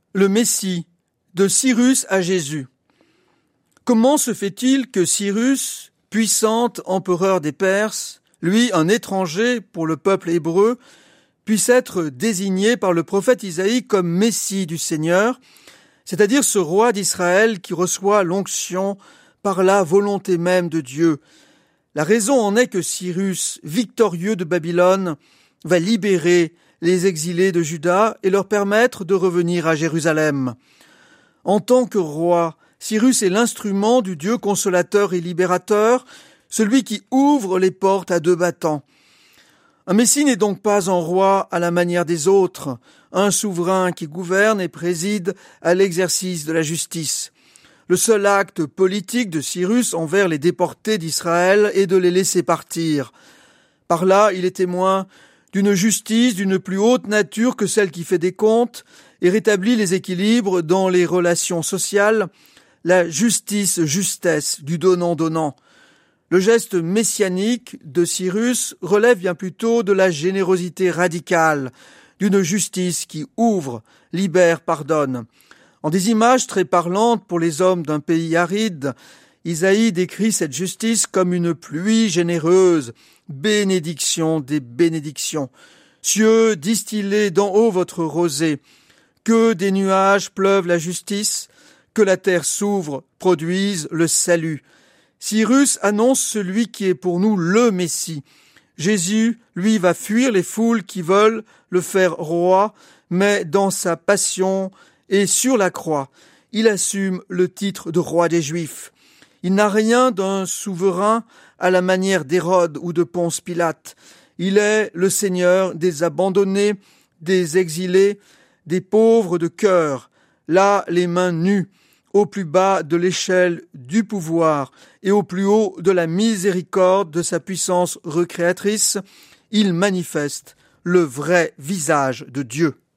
Le Messie, de Cyrus à Jésus. Comment se fait-il que Cyrus, puissant empereur des Perses, lui un étranger pour le peuple hébreu, puisse être désigné par le prophète Isaïe comme Messie du Seigneur, c'est-à-dire ce roi d'Israël qui reçoit l'onction par la volonté même de Dieu? La raison en est que Cyrus, victorieux de Babylone, va libérer les exilés de Juda et leur permettre de revenir à Jérusalem. En tant que roi, Cyrus est l'instrument du Dieu consolateur et libérateur, celui qui ouvre les portes à deux battants. Un Messie n'est donc pas un roi à la manière des autres, un souverain qui gouverne et préside à l'exercice de la justice. Le seul acte politique de Cyrus envers les déportés d'Israël est de les laisser partir. Par là, il est témoin d'une justice d'une plus haute nature que celle qui fait des comptes et rétablit les équilibres dans les relations sociales, la justice-justesse du donnant-donnant. Le geste messianique de Cyrus relève bien plutôt de la générosité radicale, d'une justice qui ouvre, libère, pardonne. En des images très parlantes pour les hommes d'un pays aride, Isaïe décrit cette justice comme une pluie généreuse, bénédiction des bénédictions. Cieux, distillez d'en haut votre rosée, que des nuages pleuvent la justice, que la terre s'ouvre, produise le salut. Cyrus annonce celui qui est pour nous le Messie. Jésus, lui, va fuir les foules qui veulent le faire roi, mais dans sa passion et sur la croix, il assume le titre de roi des Juifs. Il n'a rien d'un souverain à la manière d'Hérode ou de Ponce Pilate. Il est le Seigneur des abandonnés, des exilés, des pauvres de cœur, là les mains nues, au plus bas de l'échelle du pouvoir et au plus haut de la miséricorde de sa puissance recréatrice, il manifeste le vrai visage de Dieu.